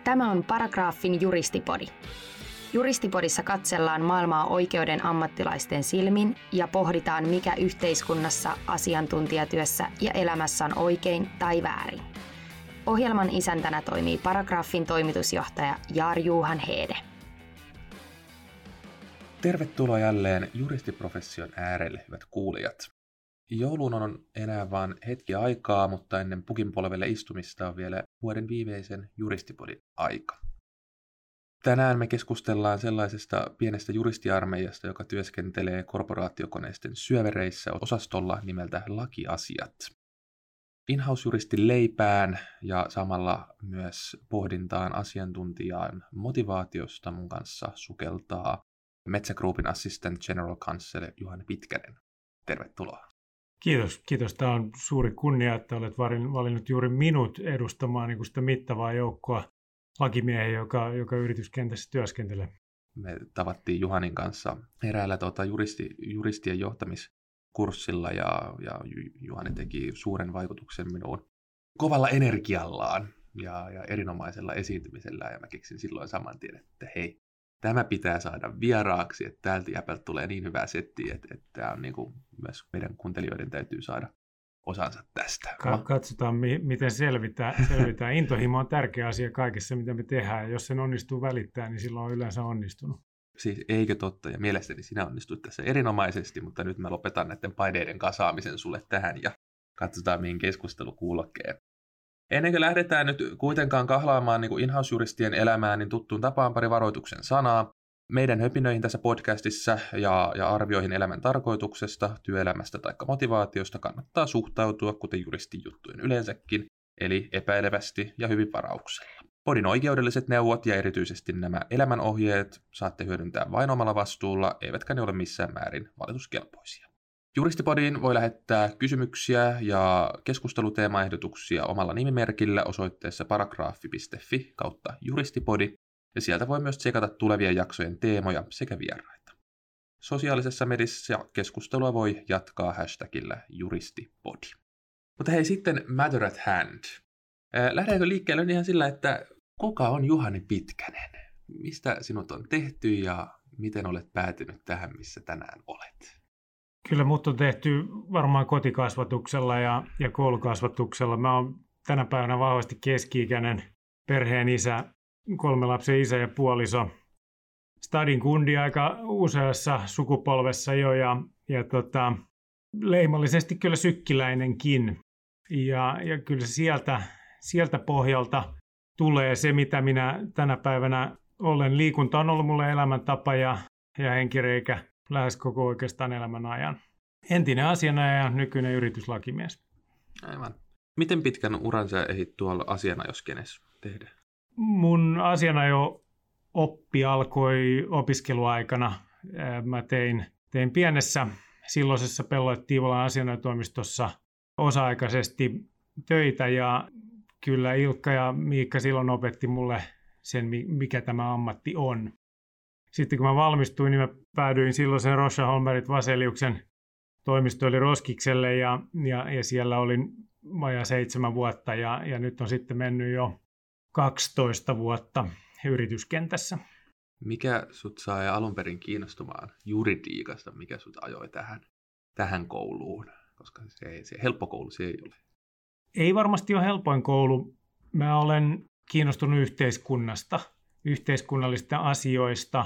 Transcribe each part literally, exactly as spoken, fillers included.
Tämä on Paragraafin juristipodi. Juristipodissa katsellaan maailmaa oikeuden ammattilaisten silmin ja pohditaan, mikä yhteiskunnassa, asiantuntijatyössä ja elämässä on oikein tai väärin. Ohjelman isäntänä toimii Paragraafin toimitusjohtaja Jar-Juhan Hede. Tervetuloa jälleen juristiprofession äärelle, hyvät kuulijat. Jouluun on enää vain hetki aikaa, mutta ennen pukin polvelle istumista on vielä vuoden viimeisen juristipodin aika. Tänään me keskustellaan sellaisesta pienestä juristiarmeijasta, joka työskentelee korporaatiokoneisten syövereissä osastolla nimeltä Lakiasiat. In-house-juristin leipään ja samalla myös pohdintaan asiantuntijan motivaatiosta mun kanssa sukeltaa Metsä Groupin Assistant General Counsel Juhani Pitkänen. Tervetuloa. Kiitos. Kiitos. Tämä on suuri kunnia, että olet valinnut juuri minut edustamaan niin kuin sitä mittavaa joukkoa lakimiehiä, joka, joka yrityskentässä työskentelee. Me tavattiin Juhanin kanssa eräällä tuota, juristi, juristien johtamiskurssilla ja, ja Juhani teki suuren vaikutuksen minuun kovalla energiallaan ja, ja erinomaisella esiintymisellä. Ja mä keksin silloin saman tien, että hei, tämä pitää saada vieraaksi, että täältä jäpältä tulee niin hyvää settiä, että, että tämä on niin kuin myös meidän kuuntelijoiden täytyy saada osansa tästä. Katsotaan, miten selvitään. selvitään. Intohimo on tärkeä asia kaikessa, mitä me tehdään. Ja jos sen onnistuu välittää, niin silloin on yleensä onnistunut. Siis eikö totta? Ja mielestäni sinä onnistuit tässä erinomaisesti, mutta nyt mä lopetan näiden paineiden kasaamisen sulle tähän ja katsotaan, mihin keskustelu kulkee. Ennen kuin lähdetään nyt kuitenkaan kahlaamaan niin kuin in-house-juristien elämää, niin tuttuun tapaan pari varoituksen sanaa. Meidän höpinöihin tässä podcastissa ja, ja arvioihin elämän tarkoituksesta, työelämästä tai motivaatiosta kannattaa suhtautua, kuten juristin juttujen yleensäkin, eli epäilevästi ja hyvin varauksella. Podin oikeudelliset neuvot ja erityisesti nämä elämänohjeet saatte hyödyntää vain omalla vastuulla, eivätkä ne ole missään määrin valituskelpoisia. Juristipodiin voi lähettää kysymyksiä ja keskusteluteemaehdotuksia omalla nimimerkillä osoitteessa paragraafi piste fi kautta juristipodi, ja sieltä voi myös tsekata tulevien jaksojen teemoja sekä vieraita. Sosiaalisessa mediassa keskustelua voi jatkaa hashtagillä juristipodi. Mutta hei, sitten matter at hand. Lähdetäänkö liikkeelle ihan sillä, että kuka on Juhani Pitkänen? Mistä sinut on tehty ja miten olet päätynyt tähän, missä tänään olet? Kyllä mut on tehty varmaan kotikasvatuksella ja, ja koulukasvatuksella. Mä oon tänä päivänä vahvasti keski-ikäinen perheen isä, kolme lapsen isä ja puoliso. Stadin kundi aika useassa sukupolvessa jo ja, ja tota, leimallisesti kyllä sykkiläinenkin. Ja, ja kyllä sieltä, sieltä pohjalta tulee se, mitä minä tänä päivänä olen. Liikunta on ollut mulle elämäntapa ja, ja henkireikä lähes koko oikeastaan elämän ajan. Entinen asianajaja ja nykyinen yrityslakimies. Aivan. Miten pitkän uran sä ehdit tuolla asianajoskenessä tehdä? Mun asianajo oppi alkoi opiskeluaikana. Mä tein, tein pienessä silloisessa Pello Tiivolan asianajotoimistossa osa-aikaisesti töitä ja kyllä Ilkka ja Miikka silloin opetti mulle sen, mikä tämä ammatti on. Sitten kun mä valmistuin, niin mä päädyin silloisen Rocha Holmberg Vaseliuksen toimistoille Roskikselle ja, ja, ja siellä olin vajaa seitsemän vuotta ja, ja nyt on sitten mennyt jo kaksitoista vuotta yrityskentässä. Mikä sut sai alun perin kiinnostumaan juridiikasta? Mikä sut ajoi tähän, tähän kouluun? Koska se, ei, se helppo koulu se ei ole. Ei varmasti ole helpoin koulu. Mä olen kiinnostunut yhteiskunnasta, yhteiskunnallisista asioista,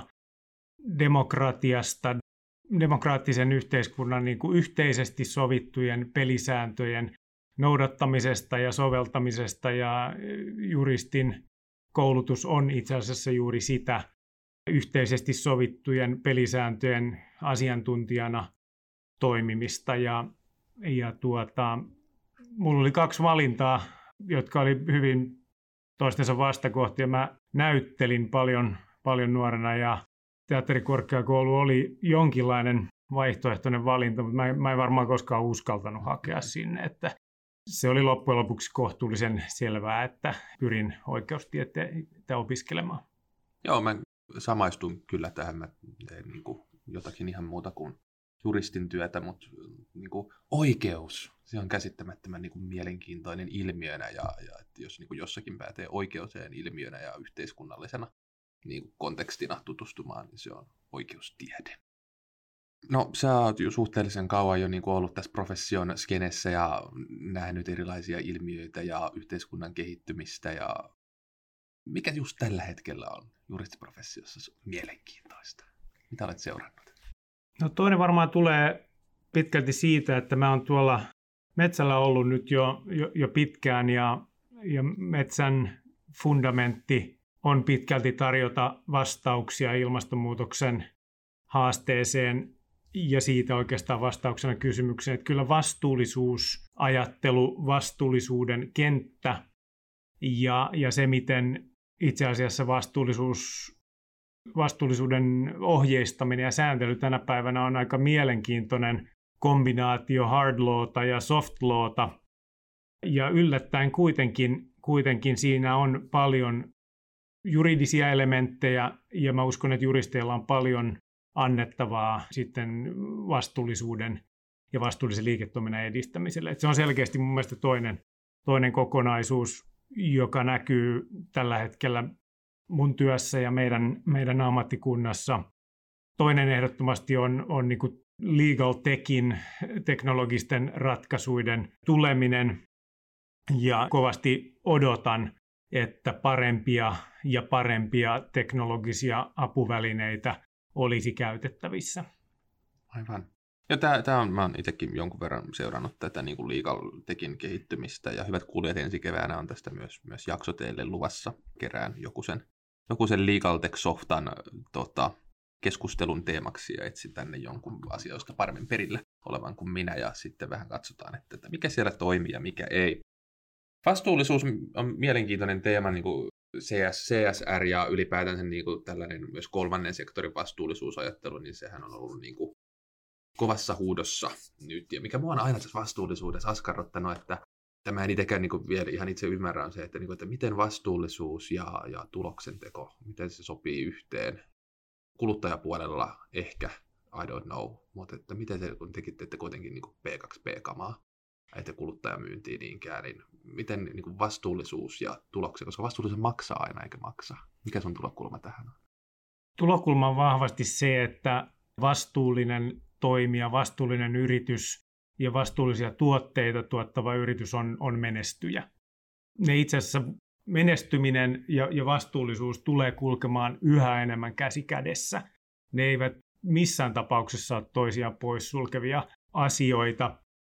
demokratiasta, demokraattisen yhteiskunnan niin kuin yhteisesti sovittujen pelisääntöjen noudattamisesta ja soveltamisesta, ja juristin koulutus on itse asiassa juuri sitä yhteisesti sovittujen pelisääntöjen asiantuntijana toimimista. Ja, ja tuota, mulla oli kaksi valintaa, jotka oli hyvin toistensa vastakohtia. Mä näyttelin paljon, paljon nuorena ja teatterikorkeakoulu oli jonkinlainen vaihtoehtoinen valinta, mutta mä en, mä en varmaan koskaan uskaltanut hakea sinne, että se oli loppujen lopuksi kohtuullisen selvää, että pyrin oikeustieteitä opiskelemaan. Joo, mä samaistun kyllä tähän. Mä tein niin kuin jotakin ihan muuta kuin juristin työtä, mutta niin kuin oikeus, se on käsittämättömän niin kuin mielenkiintoinen ilmiönä, ja, ja että jos niin kuin jossakin pääsee oikeuteen ilmiönä ja yhteiskunnallisena niin kuin kontekstina tutustumaan, niin se on oikeustiede. No, sä oot jo suhteellisen kauan jo niin kuin ollut tässä profession skenessä ja nähnyt erilaisia ilmiöitä ja yhteiskunnan kehittymistä, ja mikä just tällä hetkellä on juristiprofessiossa mielenkiintoista? Mitä olet seurannut? No toinen varmaan tulee pitkälti siitä, että mä oon tuolla metsällä ollut nyt jo, jo, jo pitkään ja, ja metsän fundamentti on pitkälti tarjota vastauksia ilmastonmuutoksen haasteeseen ja siitä oikeastaan vastauksena kysymykseen, että kyllä vastuullisuusajattelu, vastuullisuuden kenttä ja, ja se, miten itse asiassa vastuullisuus vastuullisuuden ohjeistaminen ja sääntely tänä päivänä on aika mielenkiintoinen kombinaatio hard lawta ja soft lawta. Ja yllättäen kuitenkin, kuitenkin siinä on paljon juridisia elementtejä, ja mä uskon, että juristeilla on paljon annettavaa sitten vastuullisuuden ja vastuullisen liiketoiminnan edistämiselle. Että se on selkeästi mun mielestä toinen, toinen kokonaisuus, joka näkyy tällä hetkellä mun työssä ja meidän, meidän ammattikunnassa. Toinen ehdottomasti on, on niin kuin legal techin, teknologisten ratkaisuiden tuleminen, ja kovasti odotan, että parempia ja parempia teknologisia apuvälineitä olisi käytettävissä. Aivan. Ja tämä, tämä on, mä oon itsekin jonkun verran seurannut tätä niin kuin legal techin kehittymistä, ja hyvät kuulijat, ensi keväänä on tästä myös, myös jakso teille luvassa. Kerään joku sen, joku sen legal tech softan tota, keskustelun teemaksi ja etsin tänne jonkun asioista paremmin perille olevan kuin minä, ja sitten vähän katsotaan, että, että mikä siellä toimii ja mikä ei. Vastuullisuus on mielenkiintoinen teema, niin kuin C S R ja ylipäätänsä niin kuin tällainen myös kolmannen sektorin vastuullisuusajattelu, niin sehän on ollut niin kuin kovassa huudossa nyt. Ja mikä mua on aina tässä vastuullisuudessa askarruttanut, että tämä en itsekään niin kuin vielä ihan itse ymmärrä, on se, että, niin kuin, että miten vastuullisuus ja, ja tuloksenteko, miten se sopii yhteen. Kuluttajapuolella ehkä, I don't know, mutta että miten se, kun tekitte että kuitenkin niin kuin P kaksi P-kamaa, että kuluttajamyyntiin niinkään, niin miten niin kuin vastuullisuus ja tuloksia, koska vastuullisuus maksaa aina eikä maksa. Mikä sun tulokulma tähän on? Tulokulma on vahvasti se, että vastuullinen toimija, vastuullinen yritys ja vastuullisia tuotteita tuottava yritys on, on menestyjä. Ne itse asiassa menestyminen ja, ja vastuullisuus tulee kulkemaan yhä enemmän käsi kädessä. Ne eivät missään tapauksessa ole toisiaan poissulkevia asioita.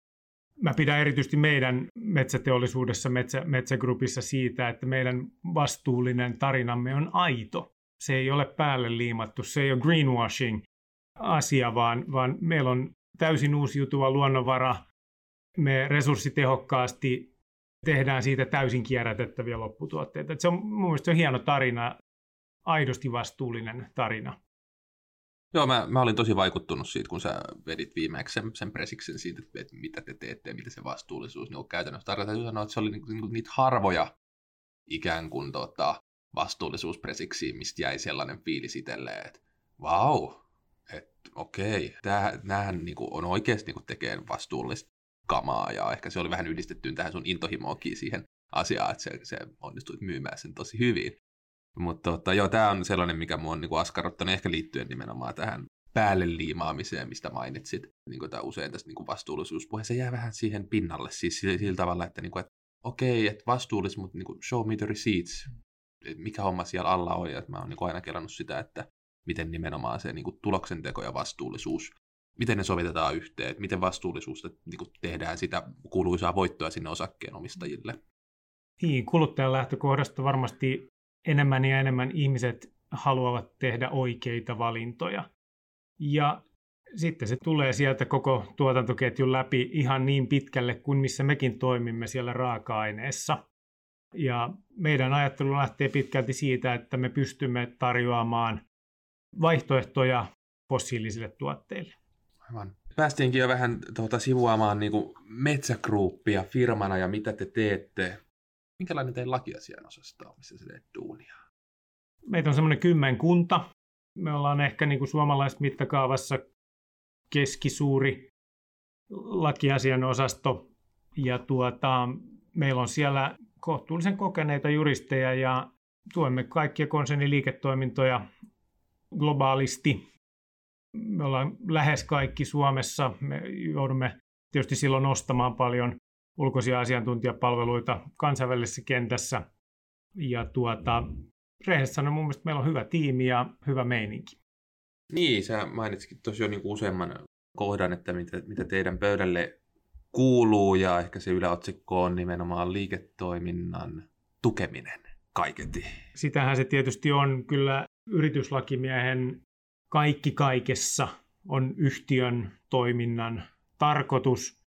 Mä pidän erityisesti meidän metsäteollisuudessa, metsä, Metsägroupissa siitä, että meidän vastuullinen tarinamme on aito. Se ei ole päälle liimattu, se ei ole greenwashing-asia, vaan, vaan meillä on täysin uusiutuva luonnonvara. Me resurssitehokkaasti tehdään siitä täysin kierrätettäviä lopputuotteita. Et se on mun mielestä on hieno tarina, aidosti vastuullinen tarina. Joo, mä, mä olin tosi vaikuttunut siitä, kun sä vedit viimeksi sen, sen presiksen siitä, että mitä te teette ja mitä se vastuullisuus niin käytännössä tarkoittaa. Sanoa, että se oli niinku, niinku niitä harvoja ikään kuin tota, vastuullisuuspresiksiä, mistä jäi sellainen fiilis itselleen, että vau, että okei, näähän niinku, on oikeasti niinku, tekee vastuullista kamaa, ja ehkä se oli vähän yhdistettyyn tähän sun intohimoakin siihen asiaan, että se, se onnistuit myymään sen tosi hyvin. Mutta tota, joo, tämä on sellainen, mikä mua on niinku askarruttanut ehkä liittyen nimenomaan tähän päälle liimaamiseen, mistä mainitsit. Niinku tää usein tässä niinku vastuullisuuspuhe, se jää vähän siihen pinnalle, siis sillä, sillä tavalla, että niinku, et, okei, että vastuullis, mutta niinku, show me the receipts, et mikä homma siellä alla on, ja mä oon niinku aina kelannut sitä, että miten nimenomaan se niinku, tuloksenteko ja vastuullisuus, miten ne sovitetaan yhteen, että miten vastuullisuus niinku, tehdään sitä kuuluisaa voittoa sinne osakkeenomistajille. Niin, kuluttajan lähtökohdasta varmasti enemmän ja enemmän ihmiset haluavat tehdä oikeita valintoja. Ja sitten se tulee sieltä koko tuotantoketjun läpi ihan niin pitkälle kuin missä mekin toimimme siellä raaka-aineessa. Ja meidän ajattelu lähtee pitkälti siitä, että me pystymme tarjoamaan vaihtoehtoja fossiilisille tuotteille. Aivan. Päästiinkin jo vähän tuota, sivuamaan niin kuin Metsägroupia firmana ja mitä te teette. Minkälainen teidän lakiasiainosasto on, missä se teet duunia? Meitä on semmoinen kymmenkunta. Me ollaan ehkä niin kuin suomalaisessa mittakaavassa keskisuuri lakiasian osasto. Ja tuota, meillä on siellä kohtuullisen kokeneita juristeja ja tuemme kaikkia konsernin liiketoimintoja globaalisti. Me ollaan lähes kaikki Suomessa. Me joudumme tietysti silloin ostamaan paljon ulkoisia asiantuntijapalveluita kansainvälisessä kentässä. Ja tuota, rehellisesti sanoen mun mielestä meillä on hyvä tiimi ja hyvä meininki. Niin, sä mainitsikin tosiaan niin useamman kohdan, että mitä, mitä teidän pöydälle kuuluu, ja ehkä se yläotsikko on nimenomaan liiketoiminnan tukeminen kaiketi. Sitähän se tietysti on. Kyllä yrityslakimiehen kaikki kaikessa on yhtiön toiminnan tarkoitus,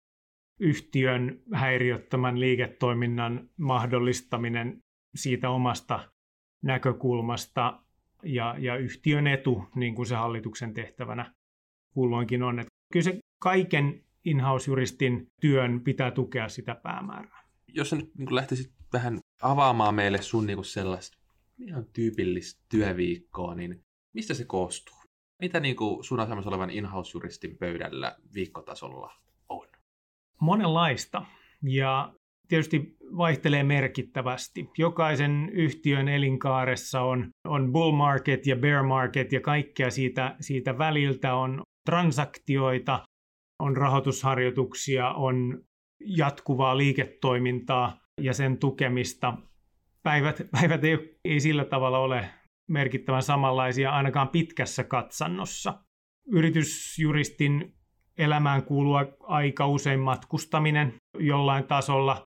yhtiön häiriöttömän liiketoiminnan mahdollistaminen siitä omasta näkökulmasta ja, ja yhtiön etu, niin kuin se hallituksen tehtävänä kulloinkin on. Että kyllä se kaiken in-house-juristin työn pitää tukea sitä päämäärää. Jos sä nyt niin lähtisit vähän avaamaan meille sun niin sellaista ihan tyypillistä työviikkoa, niin mistä se koostuu? Mitä niin kuin sun asemassa olevan in-house-juristin pöydällä viikkotasolla on? Monenlaista, ja tietysti vaihtelee merkittävästi. Jokaisen yhtiön elinkaaressa on, on bull market ja bear market, ja kaikkea siitä, siitä väliltä on transaktioita, on rahoitusharjoituksia, on jatkuvaa liiketoimintaa ja sen tukemista. Päivät, päivät ei, ei sillä tavalla ole merkittävän samanlaisia ainakaan pitkässä katsannossa. Yritysjuristin elämään kuuluu aika usein matkustaminen jollain tasolla.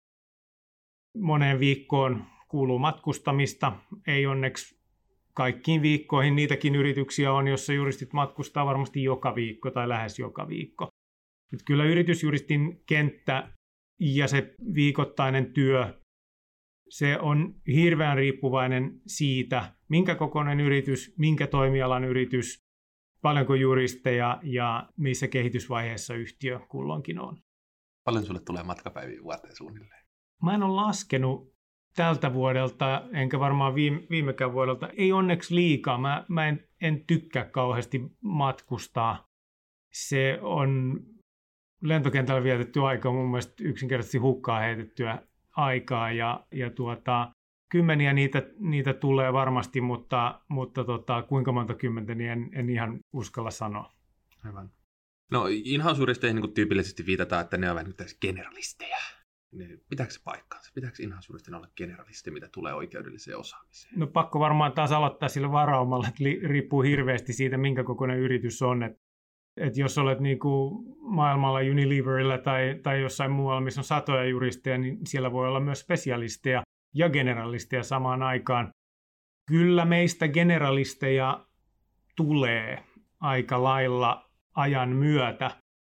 Moneen viikkoon kuuluu matkustamista. Ei onneksi kaikkiin viikkoihin. Niitäkin yrityksiä on, jossa juristit matkustaa varmasti joka viikko tai lähes joka viikko. Nyt kyllä yritysjuristin kenttä ja se viikoittainen työ, se on hirveän riippuvainen siitä, minkä kokoinen yritys, minkä toimialan yritys, paljonko juristeja ja missä kehitysvaiheessa yhtiö kulloinkin on. Paljon sulle tulee matkapäiviä vuoteen suunnilleen? Mä en ole laskenut tältä vuodelta, enkä varmaan viime, viimekään vuodelta. Ei onneksi liikaa. Mä, mä en, en tykkää kauheasti matkustaa. Se on lentokentällä vietetty aika mun mielestä yksinkertaisesti hukkaa heitettyä aikaa. Ja, ja tuota, kymmeniä niitä, niitä tulee varmasti, mutta, mutta tota, kuinka monta kymmentä, niin en, en ihan uskalla sanoa. Aivan. No in-house-juristeihin niin tyypillisesti viitataan, että ne ovat nyt generalisteja. Pitääkö se paikkaansa? Pitääkö in-house-juristin olla generalisti, mitä tulee oikeudelliseen osaamiseen? No pakko varmaan taas aloittaa sillä varaumalla, että li- riippuu hirveästi siitä, minkä kokoinen yritys on. Että et jos olet niinku maailmalla Unileverillä tai, tai jossain muualla, missä on satoja juristeja, niin siellä voi olla myös spesialisteja ja generalisteja samaan aikaan. Kyllä meistä generalisteja tulee aika lailla ajan myötä.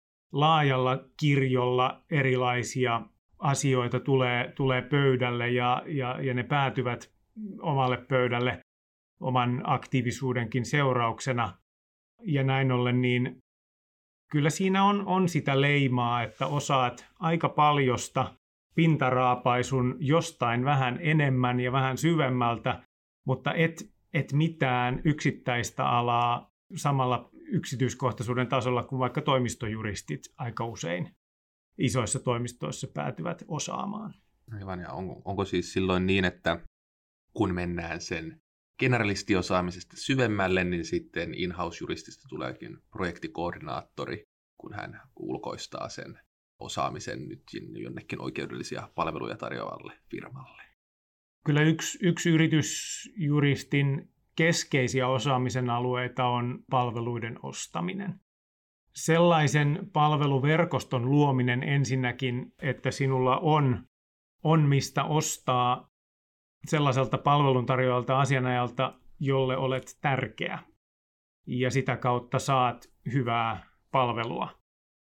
Laajalla kirjolla erilaisia asioita tulee, tulee pöydälle ja, ja, ja ne päätyvät omalle pöydälle oman aktiivisuudenkin seurauksena. Ja näin ollen niin kyllä siinä on, on sitä leimaa, että osaat aika paljosta pintaraapaisun jostain vähän enemmän ja vähän syvemmältä, mutta et, et mitään yksittäistä alaa samalla yksityiskohtaisuuden tasolla kuin vaikka toimistojuristit aika usein isoissa toimistoissa päätyvät osaamaan. Aivan, ja onko, onko siis silloin niin, että kun mennään sen generalistiosaamisesta syvemmälle, niin sitten in-house-juristista tuleekin projektikoordinaattori, kun hän ulkoistaa sen osaamisen nyt jonnekin oikeudellisia palveluja tarjoavalle firmalle. Kyllä yksi, yksi yritysjuristin keskeisiä osaamisen alueita on palveluiden ostaminen. Sellaisen palveluverkoston luominen ensinnäkin, että sinulla on, on mistä ostaa sellaiselta palveluntarjoajalta asianajalta, jolle olet tärkeä, ja sitä kautta saat hyvää palvelua.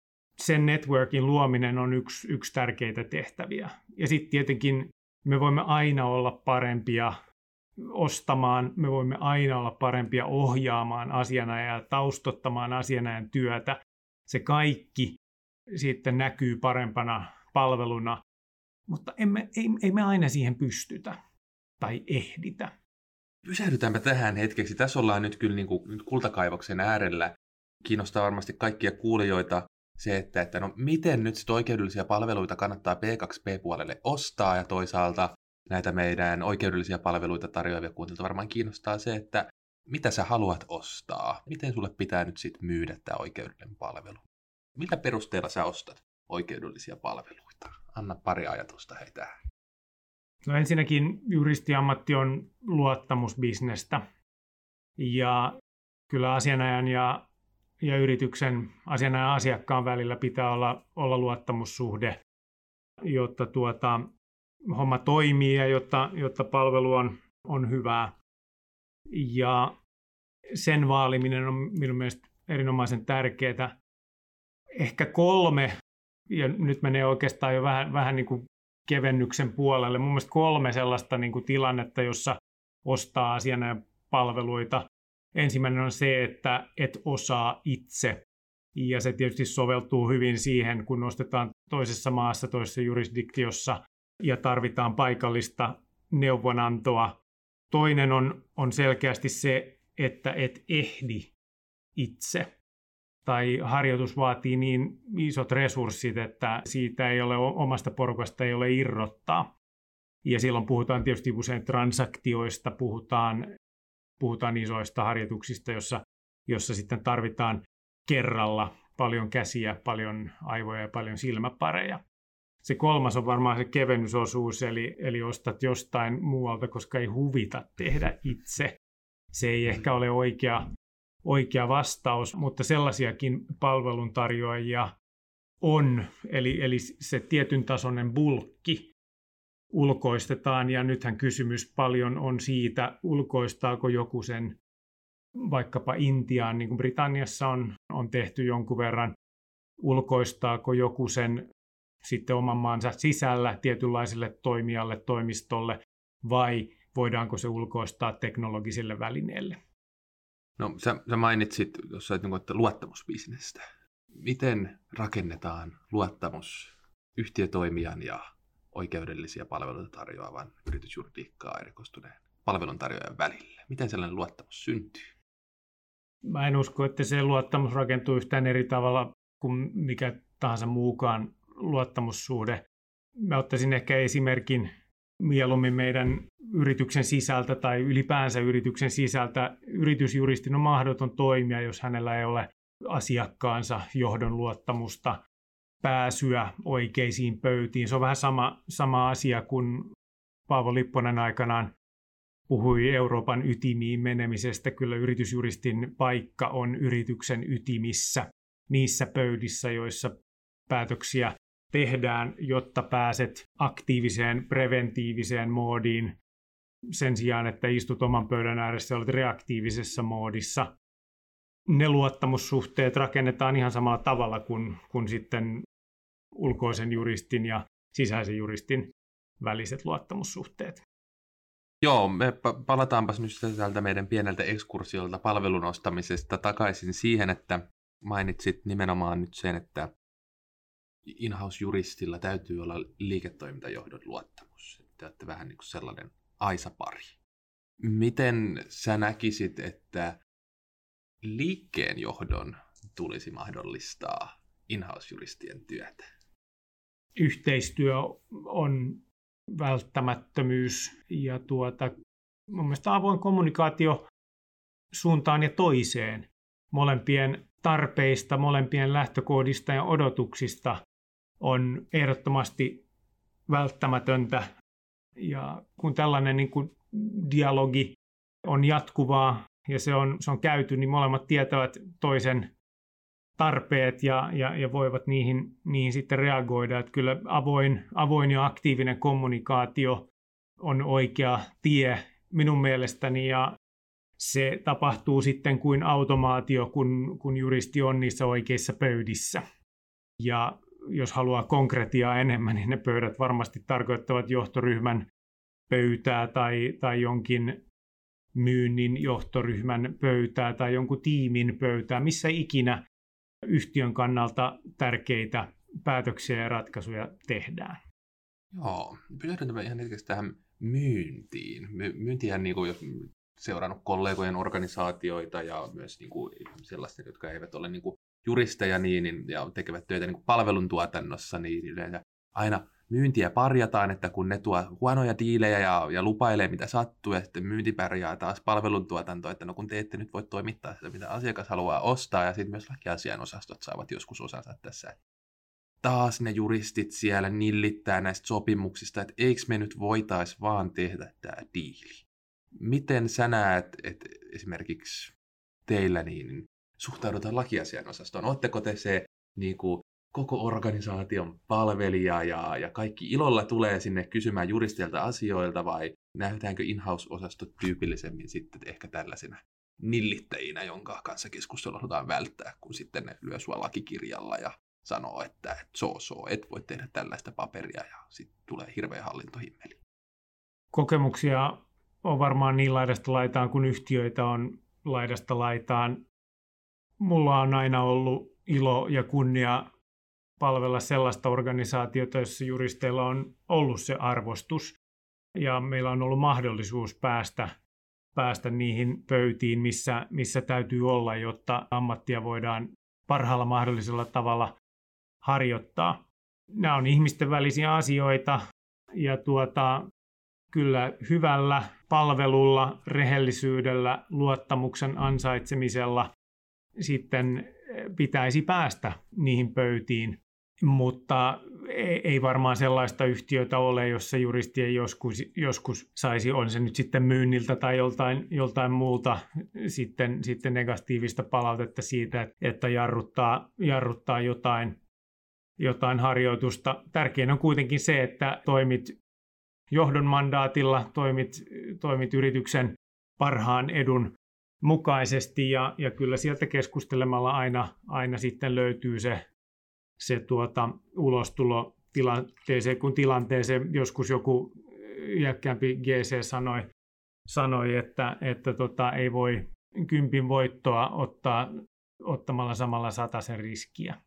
Sen networkin luominen on yksi, yksi tärkeitä tehtäviä. Ja sitten tietenkin me voimme aina olla parempia ostamaan, me voimme aina olla parempia ohjaamaan asianajaa, taustottamaan asianajan työtä. Se kaikki sitten näkyy parempana palveluna, mutta emme, ei, ei me aina siihen pystytä tai ehditä. Pysähdytäänpä tähän hetkeksi. Tässä ollaan nyt kyllä niin kuin, nyt kultakaivoksen äärellä. kiinnostaa varmasti kaikkia kuulijoita se, että, että no miten nyt sit oikeudellisia palveluita kannattaa B kaksi B-puolelle ostaa, ja toisaalta näitä meidän oikeudellisia palveluita tarjoavia kuuntelijoita varmaan kiinnostaa se, että mitä sä haluat ostaa, miten sulle pitää nyt sit myydä tämä oikeudellinen palvelu. Millä perusteella sä ostat oikeudellisia palveluita? Anna pari ajatusta hei tähän. No ensinnäkin juristiammatti on luottamusbisnestä, ja kyllä asianajan ja, ja yrityksen asianajan asiakkaan välillä pitää olla, olla luottamussuhde, jotta tuota, homma toimii ja jotta, jotta palvelu on, on hyvää. Ja sen vaaliminen on minun mielestä erinomaisen tärkeää. Ehkä kolme, ja nyt menee oikeastaan jo vähän, vähän niin kuin kevennyksen puolelle. Mun mielestä kolme sellaista niin kuin tilannetta, jossa ostaa asianajan palveluita. Ensimmäinen on se, että et osaa itse. Ja se tietysti soveltuu hyvin siihen, kun ostetaan toisessa maassa, toisessa jurisdiktiossa ja tarvitaan paikallista neuvonantoa. Toinen on, on selkeästi se, että et ehdi itse. Tai harjoitus vaatii niin isot resurssit, että siitä ei ole omasta porukasta ei ole irrottaa. Ja silloin puhutaan tietysti usein transaktioista, puhutaan, puhutaan isoista harjoituksista, jossa, jossa sitten tarvitaan kerralla paljon käsiä, paljon aivoja ja paljon silmäpareja. Se kolmas on varmaan se kevennysosuus, eli, eli ostat jostain muualta, koska ei huvita tehdä itse. Se ei ehkä ole oikea, oikea vastaus, mutta sellaisiakin palveluntarjoajia on, eli, eli se tietyn tasoinen bulkki ulkoistetaan, ja nythän kysymys paljon on siitä, ulkoistaako joku sen vaikkapa Intiaan, niin kuin Britanniassa on, on tehty jonkun verran, ulkoistaako joku sen sitten oman maansa sisällä tietynlaiselle toimijalle, toimistolle, vai voidaanko se ulkoistaa teknologisille välineille? No sä, sä mainitsit tuossa, että, että luottamusbisnestä. Miten rakennetaan luottamus yhtiötoimijan ja oikeudellisia palveluita tarjoavan yritysjuridiikkaa erikoistuneen palveluntarjoajan välillä? Miten sellainen luottamus syntyy? Mä en usko, että se luottamus rakentuu yhtään eri tavalla kuin mikä tahansa muukaan luottamussuhde. Mä ottaisin ehkä esimerkin mieluummin meidän yrityksen sisältä tai ylipäänsä yrityksen sisältä. Yritysjuristin on mahdoton toimia, jos hänellä ei ole asiakkaansa johdon luottamusta, pääsyä oikeisiin pöytiin. Se on vähän sama, sama asia kuin Paavo Lipponen aikanaan puhui Euroopan ytimiin menemisestä. Kyllä yritysjuristin paikka on yrityksen ytimissä, niissä pöydissä, joissa päätöksiä tehdään, jotta pääset aktiiviseen, preventiiviseen moodiin sen sijaan, että istut oman pöydän ääressä ja olet reaktiivisessa moodissa. Ne luottamussuhteet rakennetaan ihan samalla tavalla kuin, kuin sitten ulkoisen juristin ja sisäisen juristin väliset luottamussuhteet. Joo, me palataanpas nyt tältä meidän pieneltä ekskursiolta palvelun ostamisesta takaisin siihen, että mainitsit nimenomaan nyt sen, että in-house-juristilla täytyy olla liiketoimintajohdon luottamus. Te olette vähän niin kuin sellainen aisapari. Miten sä näkisit, että liikkeenjohdon tulisi mahdollistaa in-house-juristien työtä? Yhteistyö on välttämättömyys ja tuota, mun mielestä avoin kommunikaatio suuntaan ja toiseen molempien tarpeista, molempien lähtökohdista ja odotuksista on ehdottomasti välttämätöntä. Ja kun tällainen niin kuin dialogi on jatkuvaa ja se on, se on käyty, niin molemmat tietävät toisen tarpeet ja, ja, ja voivat niihin, niihin sitten reagoida. Että kyllä avoin, avoin ja aktiivinen kommunikaatio on oikea tie minun mielestäni, ja se tapahtuu sitten kuin automaatio, kun, kun juristi on niissä oikeissa pöydissä. Ja jos haluaa konkretiaa enemmän, niin ne pöydät varmasti tarkoittavat johtoryhmän pöytää tai, tai jonkin myynnin johtoryhmän pöytää tai jonkun tiimin pöytää, missä ikinä yhtiön kannalta tärkeitä päätöksiä ja ratkaisuja tehdään. Joo, pysähdytään ihan hetkeksi tähän myyntiin. My- myyntihän, niin kuin, jos seurannut kollegojen organisaatioita ja myös niin kuin sellaisten, jotka eivät ole niin kuin juristeja niin, niin, ja tekevät töitä niin kuin palveluntuotannossa, niin yleensä aina myyntiä parjataan, että kun ne tuo huonoja diilejä ja, ja lupailee mitä sattuu, ja sitten myynti pärjää taas palveluntuotanto, että no kun te ette nyt voi toimittaa sitä, mitä asiakas haluaa ostaa, ja sitten myös lakiasianosastot saavat joskus osansa tässä. Taas ne juristit siellä nillittää näistä sopimuksista, että eikö me nyt voitaisi vaan tehdä tämä diili. Miten sä näet, että esimerkiksi teillä niin suhtaudutaan lakiasianosastoon? Oletteko te se niin kuin, koko organisaation palvelija ja, ja kaikki ilolla tulee sinne kysymään juristeilta asioilta vai näytäänkö in-house-osastot tyypillisemmin sitten ehkä tällaisena nillittäjinä, jonka kanssa keskustelua halutaan välttää, kun sitten ne lyö sua lakikirjalla ja sanoo, että et so, so, et voi tehdä tällaista paperia ja sitten tulee hirveä hallintohimmeli. Kokemuksia on varmaan niin laidasta laitaan, kun yhtiöitä on laidasta laitaan. Mulla on aina ollut ilo ja kunnia palvella sellaista organisaatiota, jossa juristeilla on ollut se arvostus. Ja meillä on ollut mahdollisuus päästä, päästä niihin pöytiin, missä, missä täytyy olla, jotta ammattia voidaan parhaalla mahdollisella tavalla harjoittaa. Nämä on ihmisten välisiä asioita ja tuota, kyllä hyvällä palvelulla, rehellisyydellä, luottamuksen ansaitsemisella sitten pitäisi päästä niihin pöytiin, mutta ei varmaan sellaista yhtiötä ole, jossa juristi ei joskus, joskus saisi, on se nyt sitten myynniltä tai joltain, joltain muulta sitten, sitten negatiivista palautetta siitä, että jarruttaa, jarruttaa jotain, jotain harjoitusta. Tärkein on kuitenkin se, että toimit johdon mandaatilla, toimit, toimit yrityksen parhaan edun mukaisesti ja, ja kyllä sieltä keskustelemalla aina, aina sitten löytyy se, se tuota, ulostulo tilanteeseen, kun tilanteeseen joskus joku iäkkäämpi G C sanoi, sanoi että, että tota, ei voi kympin voittoa ottaa ottamalla samalla satasen riskiä.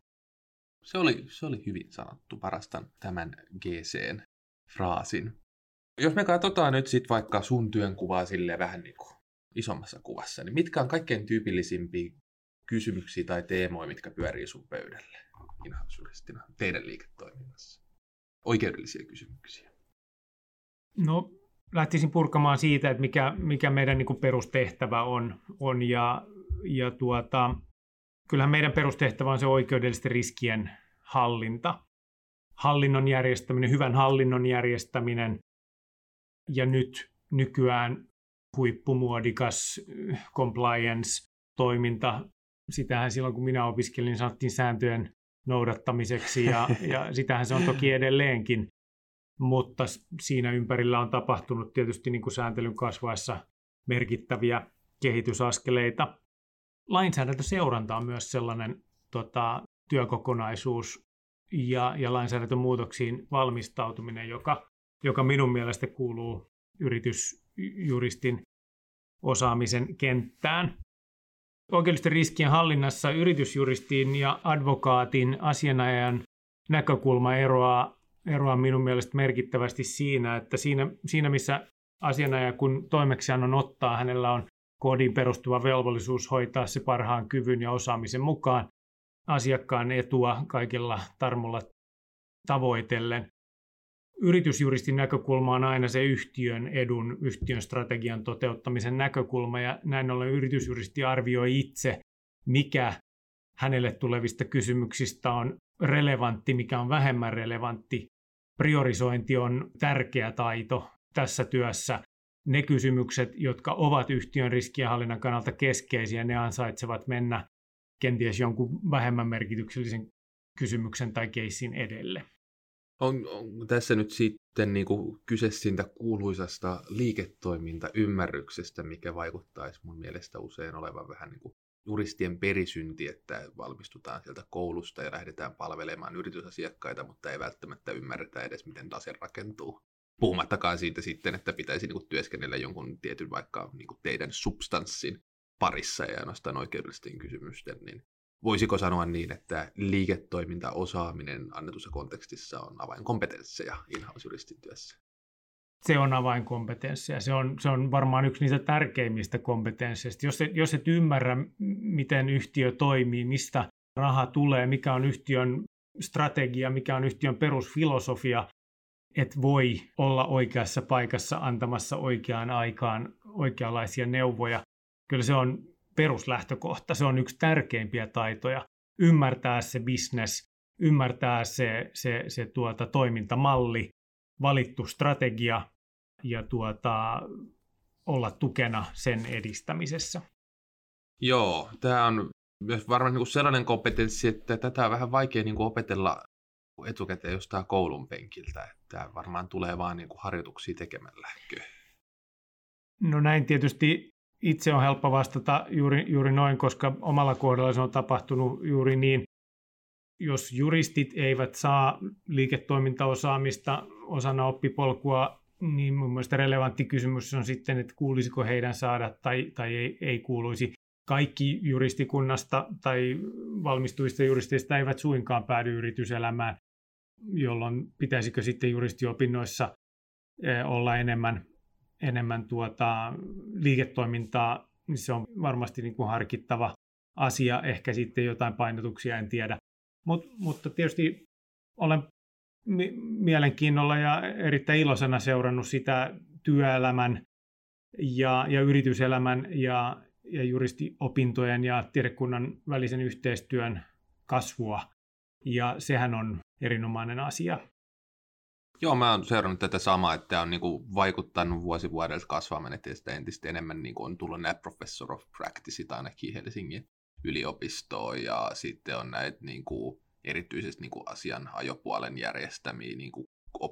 Se oli, se oli hyvin sanottu, parastan tämän G C:n fraasin. Jos me katsotaan nyt sitten vaikka sun työnkuvaa silleen vähän niin kuin isommassa kuvassa, niin mitkä on kaikkein tyypillisimpiä kysymyksiä tai teemoja, mitkä pyörii sun pöydälle in-house-juristina teidän liiketoiminnassa? Oikeudellisia kysymyksiä. No, lähtisin purkamaan siitä, että mikä, mikä meidän niin kuin perustehtävä on, on ja, ja tuota, kyllähän meidän perustehtävä on se oikeudellisten riskien hallinta. Hallinnon järjestäminen, hyvän hallinnon järjestäminen ja nyt nykyään huippumuodikas compliance-toiminta. Sitähän silloin, kun minä opiskelin, sanottiin sääntöjen noudattamiseksi ja, ja sitähän se on toki edelleenkin. Mutta siinä ympärillä on tapahtunut tietysti niin kuin sääntelyn kasvaessa merkittäviä kehitysaskeleita. Lainsäädäntöseuranta on myös sellainen tota, työkokonaisuus ja, ja lainsäädäntömuutoksiin valmistautuminen, joka, joka minun mielestä kuuluu yritysjuristin osaamisen kenttään. Oikeudellisten riskien hallinnassa yritysjuristin ja advokaatin asianajajan näkökulma eroaa, eroaa minun mielestä merkittävästi siinä, että siinä, siinä missä asianajaja kun toimeksiannon ottaa, hänellä on koodiin perustuva velvollisuus hoitaa se parhaan kyvyn ja osaamisen mukaan asiakkaan etua kaikilla tarmolla tavoitellen. Yritysjuristin näkökulma on aina se yhtiön edun, yhtiön strategian toteuttamisen näkökulma, ja näin ollen yritysjuristi arvioi itse, mikä hänelle tulevista kysymyksistä on relevantti, mikä on vähemmän relevantti. Priorisointi on tärkeä taito tässä työssä. Ne kysymykset, jotka ovat yhtiön riskienhallinnan kannalta keskeisiä, ne ansaitsevat mennä kenties jonkun vähemmän merkityksellisen kysymyksen tai keissin edelle. On, on tässä nyt sitten niin kuin kyse siitä kuuluisasta liiketoimintaymmärryksestä, mikä vaikuttaisi mun mielestä usein olevan vähän niin kuin juristien perisynti, että valmistutaan sieltä koulusta ja lähdetään palvelemaan yritysasiakkaita, mutta ei välttämättä ymmärretä edes, miten tase rakentuu. Puhumattakaan siitä sitten, että pitäisi niin kuin työskennellä jonkun tietyn vaikka niin kuin teidän substanssin parissa ja ainoastaan oikeudellisten kysymysten, niin voisiko sanoa niin, että liiketoimintaosaaminen annetussa kontekstissa on avainkompetensseja in-house-juristin työssä? Se on avainkompetenssia. Se on, se on varmaan yksi niistä tärkeimmistä kompetensseista. Jos et, jos et ymmärrä, miten yhtiö toimii, mistä raha tulee, mikä on yhtiön strategia, mikä on yhtiön perusfilosofia, et voi olla oikeassa paikassa antamassa oikeaan aikaan oikeanlaisia neuvoja. Kyllä se on peruslähtökohta. Se on yksi tärkeimpiä taitoja. Ymmärtää se business, ymmärtää se, se, se tuota, toimintamalli, valittu strategia ja tuota, olla tukena sen edistämisessä. Joo, tämä on myös varmaan niin sellainen kompetenssi, että tätä on vähän vaikea niin kuin opetella etukäteen jostain koulun penkiltä. Tämä varmaan tulee vaan niin kuin harjoituksia tekemällä. No näin tietysti itse on helppo vastata juuri, juuri noin, koska omalla kohdalla se on tapahtunut juuri niin. Jos juristit eivät saa liiketoimintaosaamista osana oppipolkua, niin mun mielestä relevantti kysymys on sitten, että kuulisiko heidän saada tai, tai ei, ei kuuluisi. Kaikki juristikunnasta tai valmistuvista juristeista eivät suinkaan päädy yrityselämään, jolloin pitäisikö sitten juristiopinnoissa olla enemmän, enemmän tuota liiketoimintaa, niin se on varmasti niin kuin harkittava asia, ehkä sitten jotain painotuksia, en tiedä. Mut, mutta tietysti olen mi- mielenkiinnolla ja erittäin iloisena seurannut sitä työelämän ja, ja yrityselämän ja, ja juristiopintojen ja tiedekunnan välisen yhteistyön kasvua. Ja sehän on erinomainen asia. Joo, mä oon seurannut tätä samaa, että on niinku vaikuttanut vuosi vuodelta kasvamaan, että sitä entistä enemmän niinku on tullut näitä Professor of Practice ainakin Helsingin yliopistoon, ja sitten on näitä niinku, erityisesti niinku asianajopuolen järjestämiä niinku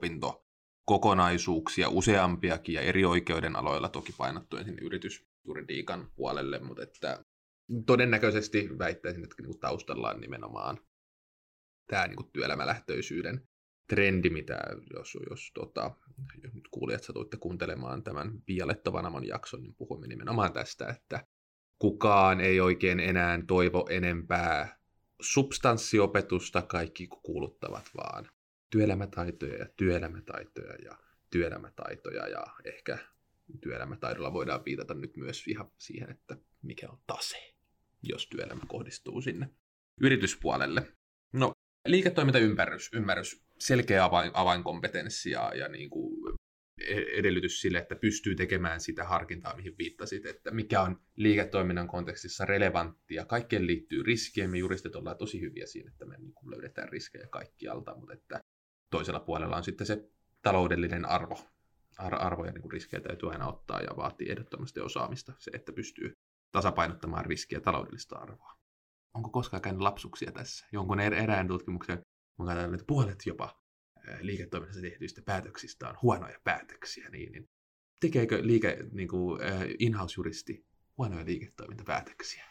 opintokokonaisuuksia, useampiakin ja eri oikeuden aloilla toki painottuen sinne yritysjuridiikan puolelle, mutta että todennäköisesti väittäisin, että niinku taustalla on nimenomaan tämä niinku työelämälähtöisyyden trendi, mitä jos, jos, tota, jos nyt kuulijat satuitte kuuntelemaan tämän Pia-Letta Vanamon jakson, niin puhuimme nimenomaan tästä, että kukaan ei oikein enää toivo enempää substanssiopetusta, kaikki kuuluttavat vaan työelämätaitoja ja työelämätaitoja ja työelämätaitoja, ja ehkä työelämätaidolla voidaan viitata nyt myös ihan siihen, että mikä on tase, jos työelämä kohdistuu sinne yrityspuolelle. No, liiketoimintaymmärrys, ymmärrys, selkeä avain, avainkompetenssi ja, ja niin kuin edellytys sille, että pystyy tekemään sitä harkintaa, mihin viittasit, että mikä on liiketoiminnan kontekstissa relevanttia. Kaikkeen liittyy riskiä, me juristit ollaan tosi hyviä siinä, että me niin kuin löydetään riskejä kaikkialta, mutta että toisella puolella on sitten se taloudellinen arvo. Ar- arvo ja niin kuin riskejä täytyy aina ottaa ja vaatii ehdottomasti osaamista, se, että pystyy tasapainottamaan riskiä ja taloudellista arvoa. Onko koskaan käynyt lapsuksia tässä? Jonkun erään tutkimuksen mukaan, että puolet jopa liiketoiminnassa tehtyistä päätöksistä on huonoja päätöksiä, niin, niin tekeekö liike, niin kuin, in-house-juristi huonoja liiketoimintapäätöksiä?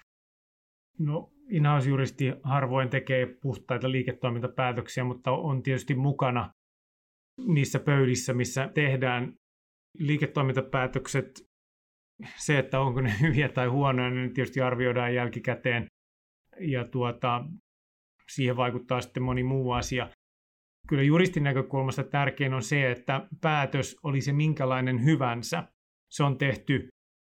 No, in-house-juristi harvoin tekee puhtaita liiketoimintapäätöksiä, mutta on tietysti mukana niissä pöydissä, missä tehdään liiketoimintapäätökset. Se, että onko ne hyviä tai huonoja, niin tietysti arvioidaan jälkikäteen, ja tuota, siihen vaikuttaa sitten moni muu asia. Kyllä juristin näkökulmasta tärkein on se, että päätös oli se minkälainen hyvänsä. Se on tehty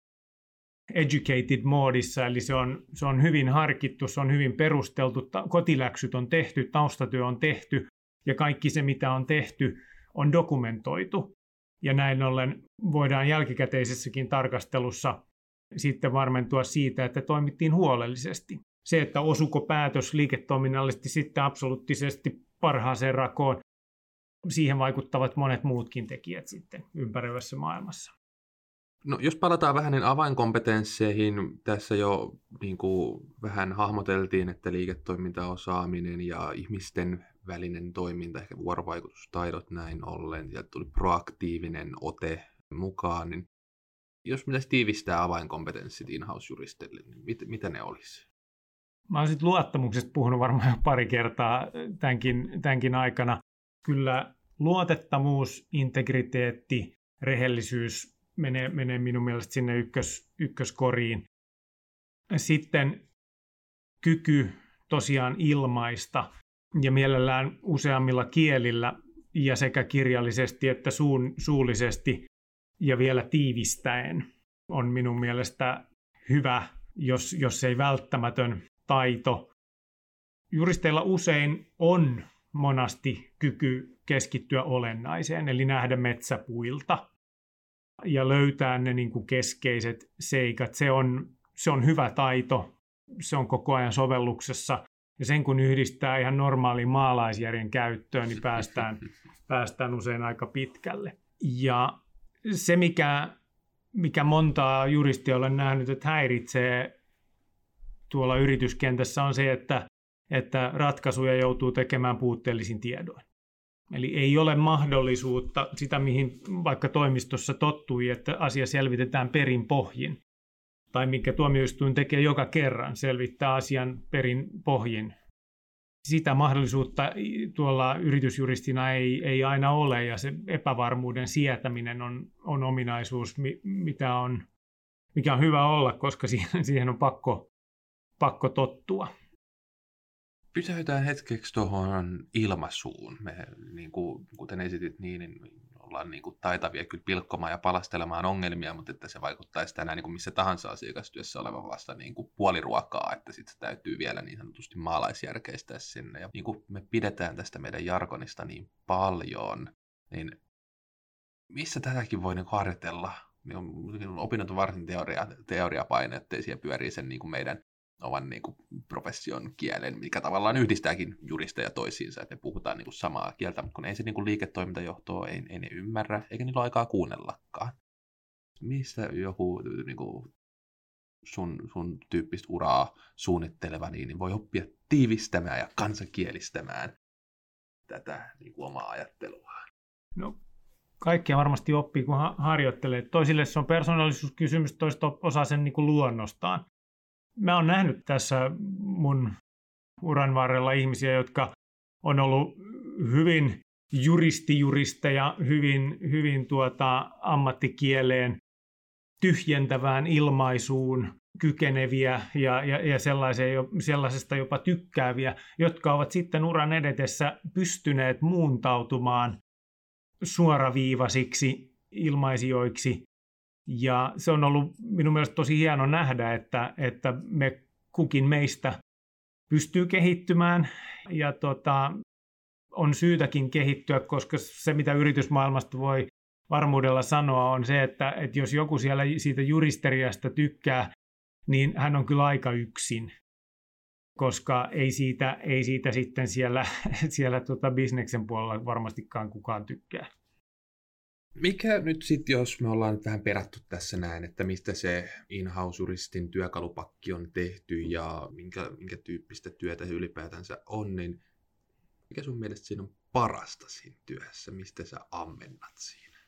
educated moodissa, eli se on, se on hyvin harkittu, se on hyvin perusteltu, kotiläksyt on tehty, taustatyö on tehty, ja kaikki se, mitä on tehty, on dokumentoitu. Ja näin ollen voidaan jälkikäteisessäkin tarkastelussa sitten varmentua siitä, että toimittiin huolellisesti. Se, että osuko päätös liiketoiminnallisesti sitten absoluuttisesti parhaaseen rakoon, siihen vaikuttavat monet muutkin tekijät sitten ympäröivässä maailmassa. No, jos palataan vähän niin avainkompetensseihin, tässä jo niin kuin vähän hahmoteltiin, että liiketoimintaosaaminen ja ihmisten välinen toiminta, ehkä vuorovaikutustaidot näin ollen, ja tuli proaktiivinen ote mukaan, niin jos pitäisi tiivistää avainkompetenssit in-house-juristille, niin mit, mitä ne olisi? Mä oon sitten luottamuksesta puhunut varmaan jo pari kertaa tämänkin, tämänkin aikana. Kyllä luotettavuus, integriteetti, rehellisyys menee, menee minun mielestä sinne ykkös, ykköskoriin. Sitten kyky tosiaan ilmaista ja mielellään useammilla kielillä ja sekä kirjallisesti että suun, suullisesti ja vielä tiivistäen on minun mielestä hyvä, jos, jos ei välttämätön taito. Juristeilla usein on monasti kyky keskittyä olennaiseen, eli nähdä metsäpuilta ja löytää ne niin kuin keskeiset seikat. Se on, se on hyvä taito, se on koko ajan sovelluksessa. Ja sen kun yhdistää ihan normaaliin maalaisjärjen käyttöön, niin päästään, päästään usein aika pitkälle. Ja se, mikä, mikä montaa juristia olen nähnyt, että häiritsee tuolla yrityskentässä, on se, että, että ratkaisuja joutuu tekemään puutteellisin tiedoin. Eli ei ole mahdollisuutta sitä, mihin vaikka toimistossa tottui, että asia selvitetään perin pohjin. Tai minkä tuomioistuin tekee joka kerran, selvittää asian perin pohjin. Sitä mahdollisuutta tuolla yritysjuristina ei, ei aina ole, ja se epävarmuuden sietäminen on, on ominaisuus, mitä on, mikä on hyvä olla, koska siihen, siihen on pakko, pakko tottua. Pysäytään hetkeksi tuohon ilmaisuun. Me, niin kuin, kuten esitit, niin, niin ollaan niin kuin taitavia kyllä pilkkomaan ja palastelemaan ongelmia, mutta että se vaikuttaisi tänään niin kuin missä tahansa asiakastyössä olevan vasta niin kuin puoliruokaa, että sitten se täytyy vielä niin sanotusti maalaisjärkeistää sinne. Ja niin kuin me pidetään tästä meidän jargonista niin paljon, niin missä tätäkin voi niin kuin harjoitella? Opinnot on varsin teoria, teoriapainotteisia, pyörii sen niin kuin meidän oman niin kuin profession kielen, mikä tavallaan yhdistääkin juristeja toisiinsa, että me puhutaan niin kuin samaa kieltä, mutta kun ei se niin kuin liiketoimintajohtoa, ei, ei ne ymmärrä, eikä niillä ole aikaa kuunnellakaan. Mistä joku niin kuin sun, sun tyyppistä uraa suunnitteleva niin voi oppia tiivistämään ja kansankielistämään tätä niin kuin omaa ajatteluaan? No, kaikkia varmasti oppii, kun harjoittelee. Toisille se on persoonallisuuskysymys, toista osaa sen niin kuin luonnostaan. Mä oon nähnyt tässä mun uran varrella ihmisiä, jotka on ollut hyvin juristijuristeja, hyvin, hyvin tuota ammattikieleen, tyhjentävään ilmaisuun kykeneviä ja, ja, ja sellaisesta jopa tykkääviä, jotka ovat sitten uran edetessä pystyneet muuntautumaan suoraviivaisiksi ilmaisijoiksi. Ja se on ollut minun mielestä tosi hieno nähdä, että, että me kukin meistä pystyy kehittymään ja tota, on syytäkin kehittyä, koska se mitä yritysmaailmasta voi varmuudella sanoa on se, että, että jos joku siellä siitä juristeriasta tykkää, niin hän on kyllä aika yksin, koska ei siitä, ei siitä sitten siellä, siellä tota bisneksen puolella varmastikaan kukaan tykkää. Mikä nyt sitten, jos me ollaan nyt vähän perätty tässä näin, että mistä se in-house-juristin työkalupakki on tehty ja minkä, minkä tyyppistä työtä se ylipäätänsä on, niin mikä sun mielestä siinä on parasta siinä työssä? Mistä sä ammennat siinä?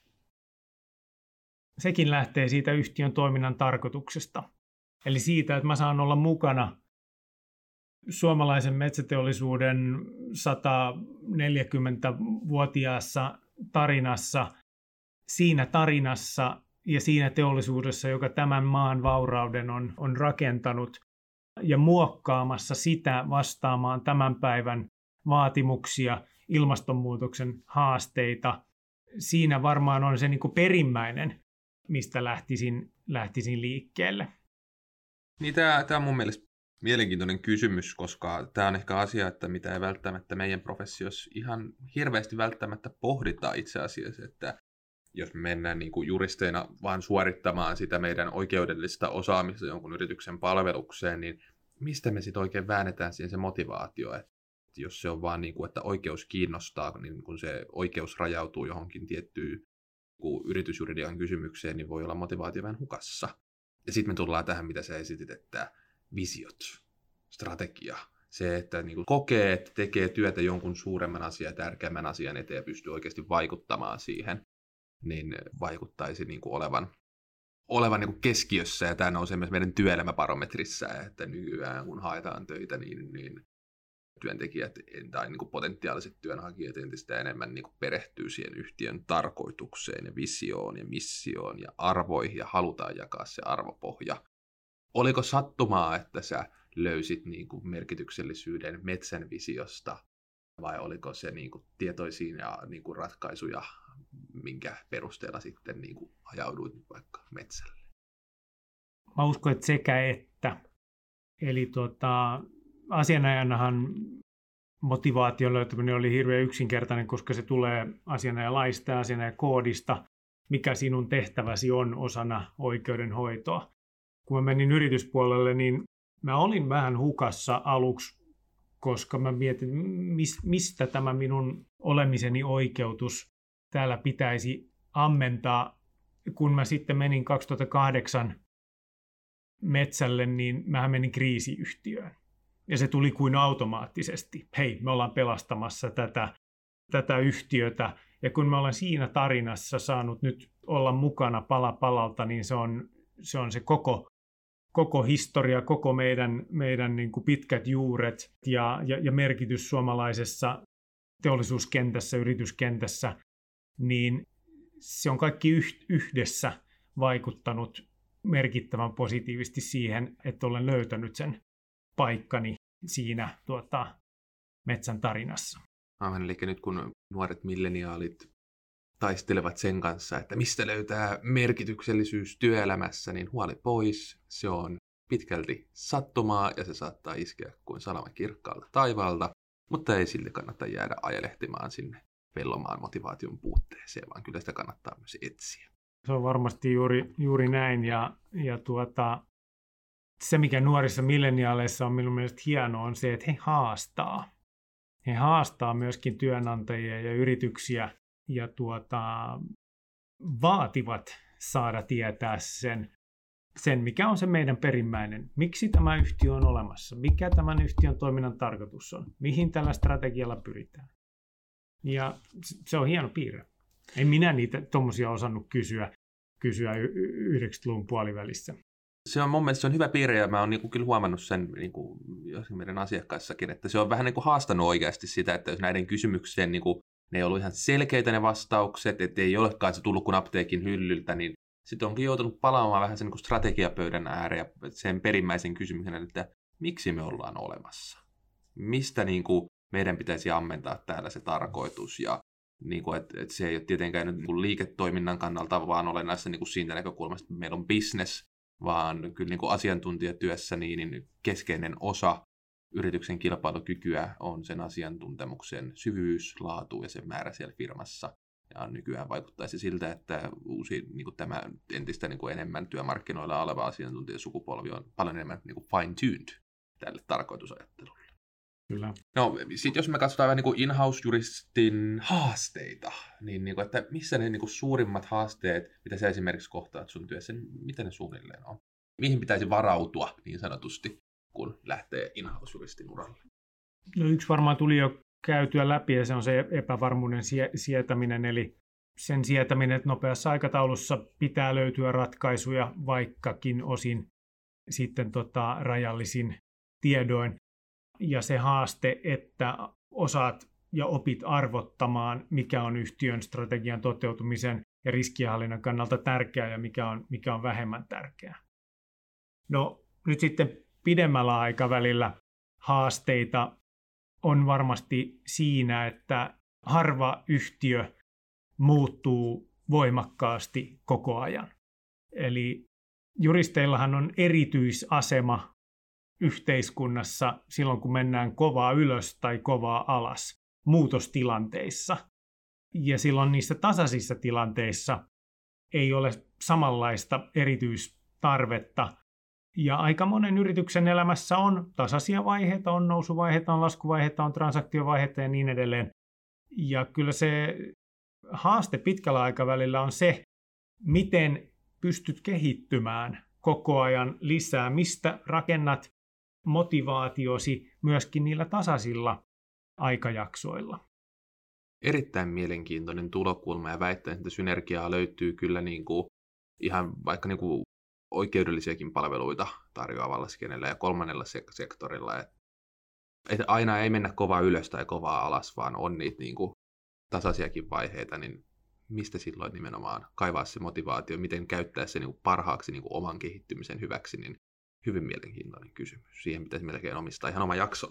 Sekin lähtee siitä yhtiön toiminnan tarkoituksesta. Eli siitä, että mä saan olla mukana suomalaisen metsäteollisuuden sata neljäkymmentävuotiaassa tarinassa, siinä tarinassa ja siinä teollisuudessa, joka tämän maan vaurauden on, on rakentanut ja muokkaamassa sitä vastaamaan tämän päivän vaatimuksia, ilmastonmuutoksen haasteita. Siinä varmaan on se niin kuin perimmäinen, mistä lähtisin, lähtisin liikkeelle. Niin tämä, tämä on mun mielestä mielenkiintoinen kysymys, koska tämä on ehkä asia, että mitä ei välttämättä meidän professiossa ihan hirveästi välttämättä pohdita itse asiassa, että jos me mennään niin kuin juristeina vaan suorittamaan sitä meidän oikeudellista osaamista jonkun yrityksen palvelukseen, niin mistä me sitten oikein väännetään siihen se motivaatio? Että jos se on vaan niin kuin, että oikeus kiinnostaa, niin kun se oikeus rajautuu johonkin tiettyyn yritysjuridian kysymykseen, niin voi olla motivaatio vähän hukassa. Ja sitten me tullaan tähän, mitä sä esitit, että visiot, strategia, se, että niin kuin kokee, että tekee työtä jonkun suuremman asian ja tärkeämmän asian eteen ja pystyy oikeasti vaikuttamaan siihen, niin vaikuttaisi niin kuin olevan, olevan niin kuin keskiössä, ja tämä nousee myös meidän työelämäbarometrissä, että nykyään kun haetaan töitä, niin, niin työntekijät tai niin kuin potentiaaliset työnhakijat entistä enemmän niin kuin perehtyy siihen yhtiön tarkoitukseen ja visioon ja missioon ja arvoihin ja halutaan jakaa se arvopohja. Oliko sattumaa, että sä löysit niin kuin merkityksellisyyden metsän visiosta vai oliko se niin kuin tietoisiin ja niin kuin ratkaisuja, minkä perusteella sitten niin kuin ajauduit vaikka metsälle? Mä uskon, että sekä että. Eli tota, asianajanahan motivaation löytäminen oli hirveän yksinkertainen, koska se tulee asianajalaista ja asianajakoodista, mikä sinun tehtäväsi on osana oikeudenhoitoa. Kun mä menin yrityspuolelle, niin mä olin vähän hukassa aluksi, koska mä mietin, mistä tämä minun olemiseni oikeutus täällä pitäisi ammentaa. Kun mä sitten menin kaksituhattakahdeksan metsälle, niin mähän menin kriisiyhtiöön. Ja se tuli kuin automaattisesti. Hei, me ollaan pelastamassa tätä, tätä yhtiötä. Ja kun mä olen siinä tarinassa saanut nyt olla mukana pala palalta, niin se on se, on se koko, koko historia, koko meidän, meidän niin kuin pitkät juuret ja, ja, ja merkitys suomalaisessa teollisuuskentässä, yrityskentässä, niin se on kaikki yhdessä vaikuttanut merkittävän positiivisesti siihen, että olen löytänyt sen paikkani siinä tuota, metsän tarinassa. Aivan, eli nyt kun nuoret milleniaalit taistelevat sen kanssa, että mistä löytää merkityksellisyys työelämässä, niin huoli pois. Se on pitkälti sattumaa ja se saattaa iskeä kuin salama kirkkaalta taivaalta, mutta ei silti kannata jäädä ajelehtimaan sinne vellomaan motivaation puutteeseen, vaan kyllä sitä kannattaa myös etsiä. Se on varmasti juuri, juuri näin ja, ja tuota, se, mikä nuorissa milleniaaleissa on minun mielestä hienoa, on se, että he haastaa. He haastaa myöskin työnantajia ja yrityksiä ja tuota, vaativat saada tietää sen, sen, mikä on se meidän perimmäinen. Miksi tämä yhtiö on olemassa? Mikä tämän yhtiön toiminnan tarkoitus on? Mihin tällä strategialla pyritään? Ja se on hieno piirre. En minä niitä tuommoisia osannut kysyä, kysyä yhdeksänkymmentäluvun puolivälissä. Se on mun mielestä se on hyvä piirre ja mä oon niinku kyllä huomannut sen niinku, meidän asiakkaissakin, että se on vähän niinku haastanut oikeasti sitä, että jos näiden kysymykseen niinku, ne ei ollut ihan selkeitä ne vastaukset, että ei olekaan se tullut kuin apteekin hyllyltä, niin sitten onkin joutunut palaamaan vähän sen niinku strategiapöydän ääreen ja sen perimmäisen kysymyksen, että miksi me ollaan olemassa? Mistä niinku, meidän pitäisi ammentaa täällä se tarkoitus ja niinku, että et se ei ole tietenkään nyt niinku liiketoiminnan kannalta, vaan olennaista niinku siitä näkökulmasta, että meillä on business, vaan kyllä niin kuin asiantuntijatyössä niin, niin keskeinen osa yrityksen kilpailukykyä on sen asiantuntemuksen syvyys, laatu ja sen määrä siellä firmassa. Ja nykyään vaikuttaisi siltä, että uusi niin kuin tämä entistä niin kuin enemmän työmarkkinoilla oleva asiantuntijasukupolvi on paljon enemmän niin kuin fine-tuned tälle tarkoitusajattelulle. Kyllä. No, sitten jos me katsotaan vähän niin kuin in-house-juristin haasteita, niin, niin kuin, että missä ne niin kuin suurimmat haasteet, mitä sä esimerkiksi kohtaat sun työssä, niin mitä ne suunnilleen on? Mihin pitäisi varautua niin sanotusti, kun lähtee in-house-juristin uralle? No, yksi varmaan tuli jo käytyä läpi ja se on se epävarmuuden sie- sietäminen, eli sen sietäminen, että nopeassa aikataulussa pitää löytyä ratkaisuja, vaikkakin osin sitten tota, rajallisin tiedoin. Ja se haaste, että osaat ja opit arvottamaan, mikä on yhtiön strategian toteutumisen ja riskienhallinnan kannalta tärkeää ja mikä on, mikä on vähemmän tärkeää. No nyt sitten pidemmällä aikavälillä haasteita on varmasti siinä, että harva yhtiö muuttuu voimakkaasti koko ajan. Eli juristeillahan on erityisasema yhteiskunnassa silloin, kun mennään kovaa ylös tai kovaa alas muutostilanteissa. Ja silloin niissä tasaisissa tilanteissa ei ole samanlaista erityistarvetta. Ja aika monen yrityksen elämässä on tasaisia vaiheita, on nousuvaiheita, on laskuvaiheita, on transaktiovaiheita ja niin edelleen. Ja kyllä se haaste pitkällä aikavälillä on se, miten pystyt kehittymään koko ajan lisää, mistä rakennat motivaatiosi myöskin niillä tasaisilla aikajaksoilla. Erittäin mielenkiintoinen tulokulma ja väittäisin, että synergiaa löytyy kyllä niin kuin ihan vaikka niin kuin oikeudellisiakin palveluita tarjoavalla skenellä ja kolmannella sektorilla. Että aina ei mennä kovaa ylös tai kovaa alas, vaan on niitä niin kuin tasaisiakin vaiheita, niin mistä silloin nimenomaan kaivaa se motivaatio, miten käyttää se niin kuin parhaaksi niin kuin oman kehittymisen hyväksi, niin hyvin mielenkiintoinen kysymys. Siihen pitäisi melkein omistaa ihan oma jaksonsa.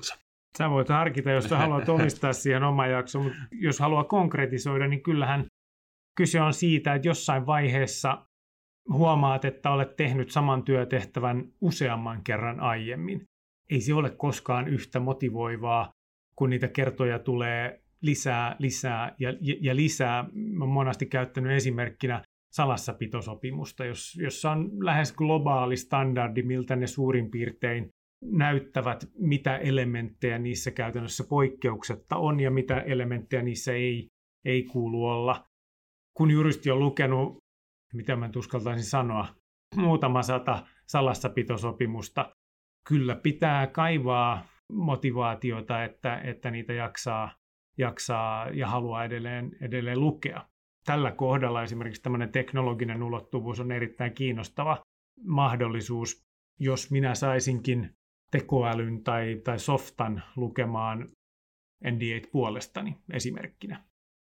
Sä voit harkita, jos sä haluat omistaa siihen oma jakso, mutta jos haluaa konkretisoida, niin kyllähän kyse on siitä, että jossain vaiheessa huomaat, että olet tehnyt saman työtehtävän useamman kerran aiemmin. Ei se ole koskaan yhtä motivoivaa, kun niitä kertoja tulee lisää, lisää ja, ja lisää. Mä oon monasti käyttänyt esimerkkinä salassapitosopimusta, jos, jossa on lähes globaali standardi, miltä ne suurin piirtein näyttävät, mitä elementtejä niissä käytännössä poikkeuksetta on ja mitä elementtejä niissä ei, ei kuulu olla. Kun juristi on lukenut, mitä mä uskaltaisin sanoa, muutama sata salassapitosopimusta, kyllä pitää kaivaa motivaatiota, että, että niitä jaksaa, jaksaa ja haluaa edelleen, edelleen lukea. Tällä kohdalla esimerkiksi tämmöinen teknologinen ulottuvuus on erittäin kiinnostava mahdollisuus, jos minä saisinkin tekoälyn tai, tai softan lukemaan N D A puolestani esimerkkinä.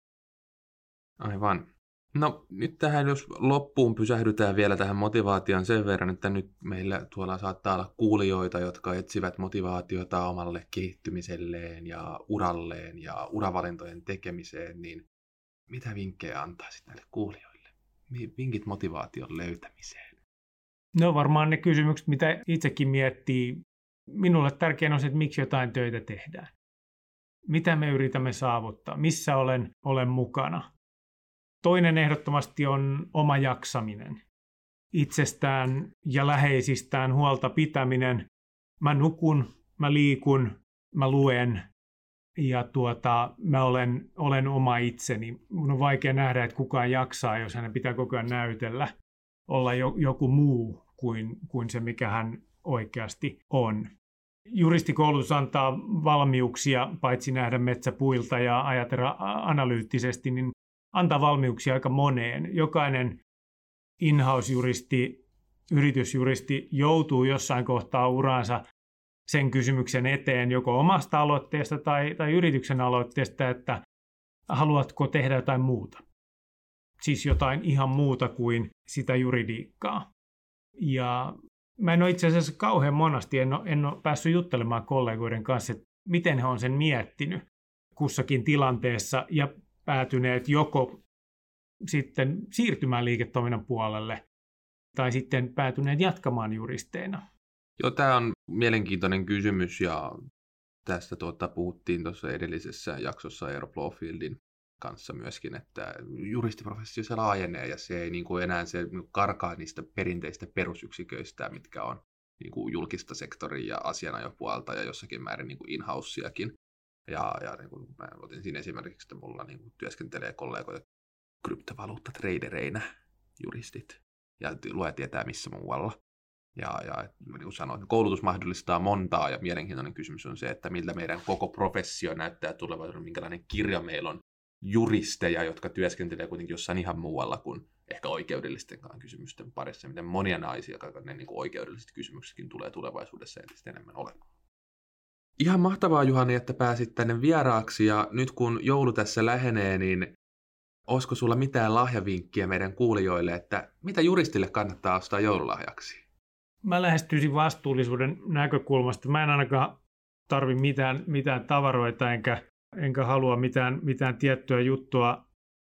Aivan. No nyt tähän, jos loppuun pysähdytään vielä tähän motivaation sen verran, että nyt meillä tuolla saattaa olla kuulijoita, jotka etsivät motivaatiota omalle kehittymiselleen ja uralleen ja uravalintojen tekemiseen, niin mitä vinkkejä antaisit näille kuulijoille? Vinkit motivaation löytämiseen? No varmaan ne kysymykset, mitä itsekin miettii. Minulle tärkein on se, että miksi jotain töitä tehdään. Mitä me yritämme saavuttaa? Missä olen, olen mukana? Toinen ehdottomasti on oma jaksaminen. Itsestään ja läheisistään huolta pitäminen. Mä nukun, mä liikun, mä luen ja tuota, mä olen, olen oma itseni. Mun on vaikea nähdä, että kukaan jaksaa, jos hänen pitää koko ajan näytellä, olla jo, joku muu kuin, kuin se, mikä hän oikeasti on. Juristikoulutus antaa valmiuksia, paitsi nähdä metsäpuilta ja ajatella analyyttisesti, niin antaa valmiuksia aika moneen. Jokainen in-house-juristi, yritysjuristi joutuu jossain kohtaa uraansa sen kysymyksen eteen joko omasta aloitteesta tai, tai yrityksen aloitteesta, että haluatko tehdä jotain muuta. Siis jotain ihan muuta kuin sitä juridiikkaa. Ja mä en ole itse asiassa kauhean monasti, en ole, en ole päässyt juttelemaan kollegoiden kanssa, että miten he on sen miettinyt kussakin tilanteessa ja päätyneet joko sitten siirtymään liiketoiminnan puolelle tai sitten päätyneet jatkamaan juristeina. Joo, tämä on mielenkiintoinen kysymys ja tästä tuota, puhuttiin tuossa edellisessä jaksossa Eero Blofieldin kanssa myöskin, että juristiprofessio se laajenee ja se ei niin kuin enää se karkaa niistä perinteistä perusyksiköistä, mitkä on niin kuin julkista sektoria ja asianajopuolta ja jossakin määrin niin kuin in-houseakin. Ja, ja niin kuin mä otin siinä esimerkiksi, että mulla niin kuin työskentelee kollegoja kryptovaluuttatradereinä, juristit, ja lue tietää missä muualla. Ja, ja niin kuin sanoin, koulutus mahdollistaa montaa, ja mielenkiintoinen kysymys on se, että miltä meidän koko professio näyttää tulevaisuudessa, minkälainen kirja meillä on juristeja, jotka työskentelee kuitenkin jossain ihan muualla kuin ehkä oikeudellistenkaan kysymysten parissa, miten monia naisia, ne niin kuin oikeudelliset kysymyksetkin tulee tulevaisuudessa entistä enemmän olemaan. Ihan mahtavaa, Juhani, että pääsit tänne vieraaksi, ja nyt kun joulu tässä lähenee, niin olisiko sulla mitään lahjavinkkiä meidän kuulijoille, että mitä juristille kannattaa ostaa joululahjaksi? Mä lähestyisin vastuullisuuden näkökulmasta. Mä en ainakaan tarvi mitään, mitään tavaroita, enkä, enkä halua mitään, mitään tiettyä juttua.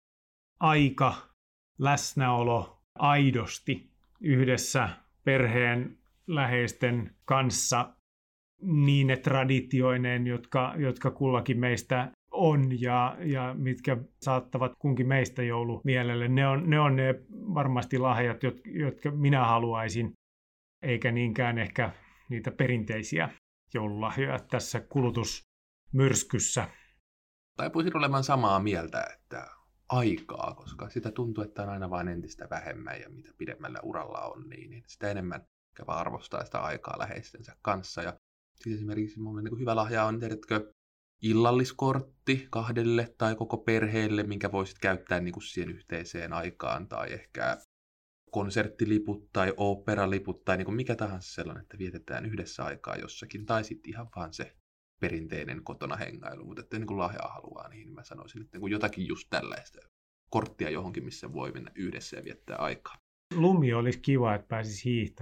Aika, läsnäolo, aidosti yhdessä perheen läheisten kanssa, niin ne traditioineen, jotka, jotka kullakin meistä on ja, ja mitkä saattavat kunkin meistä joulumielelle. Ne on ne, on ne varmasti lahjat, jotka, jotka minä haluaisin, eikä niinkään ehkä niitä perinteisiä joululahjoja tässä kulutusmyrskyssä. Taipuisin olemaan samaa mieltä, että aikaa, koska sitä tuntuu, että on aina vain entistä vähemmän ja mitä pidemmällä uralla on, niin, niin sitä enemmän käydä arvostaa sitä aikaa läheistensä kanssa. Ja siis esimerkiksi mun niin hyvä lahja on, tiedätkö, illalliskortti kahdelle tai koko perheelle, minkä voisit käyttää niin kuin siihen yhteiseen aikaan, tai ehkä konserttiliput tai oopperaliput tai niin kuin mikä tahansa sellainen, että vietetään yhdessä aikaa jossakin, tai sitten ihan vaan se perinteinen kotona hengailu, mutta että niin kuin lahjaa haluaa, niin mä sanoisin, että niin kuin jotakin just tällaista korttia johonkin, missä voi mennä yhdessä ja viettää aikaa. Lumi olisi kiva, että pääsisi hiihtämään.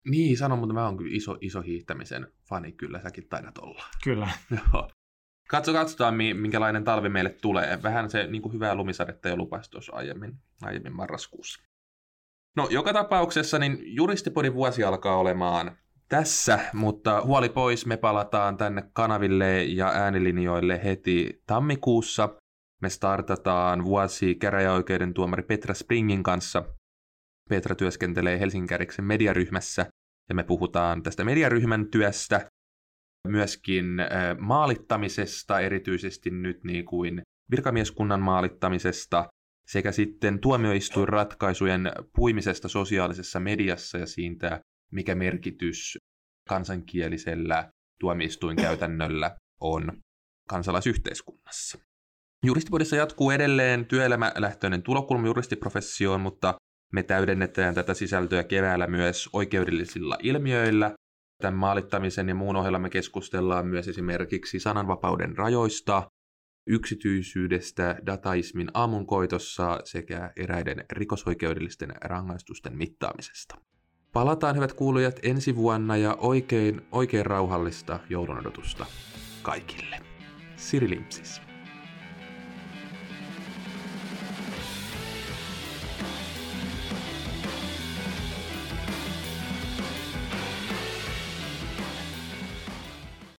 Niin, sano, mutta mä oon kyllä iso, iso hiihtämisen fani, kyllä säkin taidat olla. Kyllä. Joo. Katso, katsotaan, minkälainen talvi meille tulee. Vähän se niin kuin hyvää lumisadetta jo lupasi tuossa aiemmin, aiemmin marraskuussa. No, joka tapauksessa niin Juristipodin vuosi alkaa olemaan tässä, mutta huoli pois, me palataan tänne kanaville ja äänilinjoille heti tammikuussa. Me startataan vuosi käräjäoikeuden tuomari Petra Springin kanssa. Petra työskentelee Helsingin Käriksen mediaryhmässä ja me puhutaan tästä mediaryhmän työstä, myöskin maalittamisesta, erityisesti nyt niin kuin virkamieskunnan maalittamisesta, sekä sitten tuomioistuinratkaisujen puimisesta sosiaalisessa mediassa ja siitä, mikä merkitys kansankielisellä tuomioistuinkäytännöllä on kansalaisyhteiskunnassa. Juristipodissa jatkuu edelleen työelämälähtöinen tulokulma juristiprofessioon, mutta me täydennetään tätä sisältöä keväällä myös oikeudellisilla ilmiöillä. Tämän maalittamisen ja muun ohella me keskustellaan myös esimerkiksi sananvapauden rajoista, yksityisyydestä, dataismin aamunkoitossa sekä eräiden rikosoikeudellisten rangaistusten mittaamisesta. Palataan, hyvät kuulijat, ensi vuonna ja oikein, oikein rauhallista joulunodotusta kaikille. Siri Limpsis.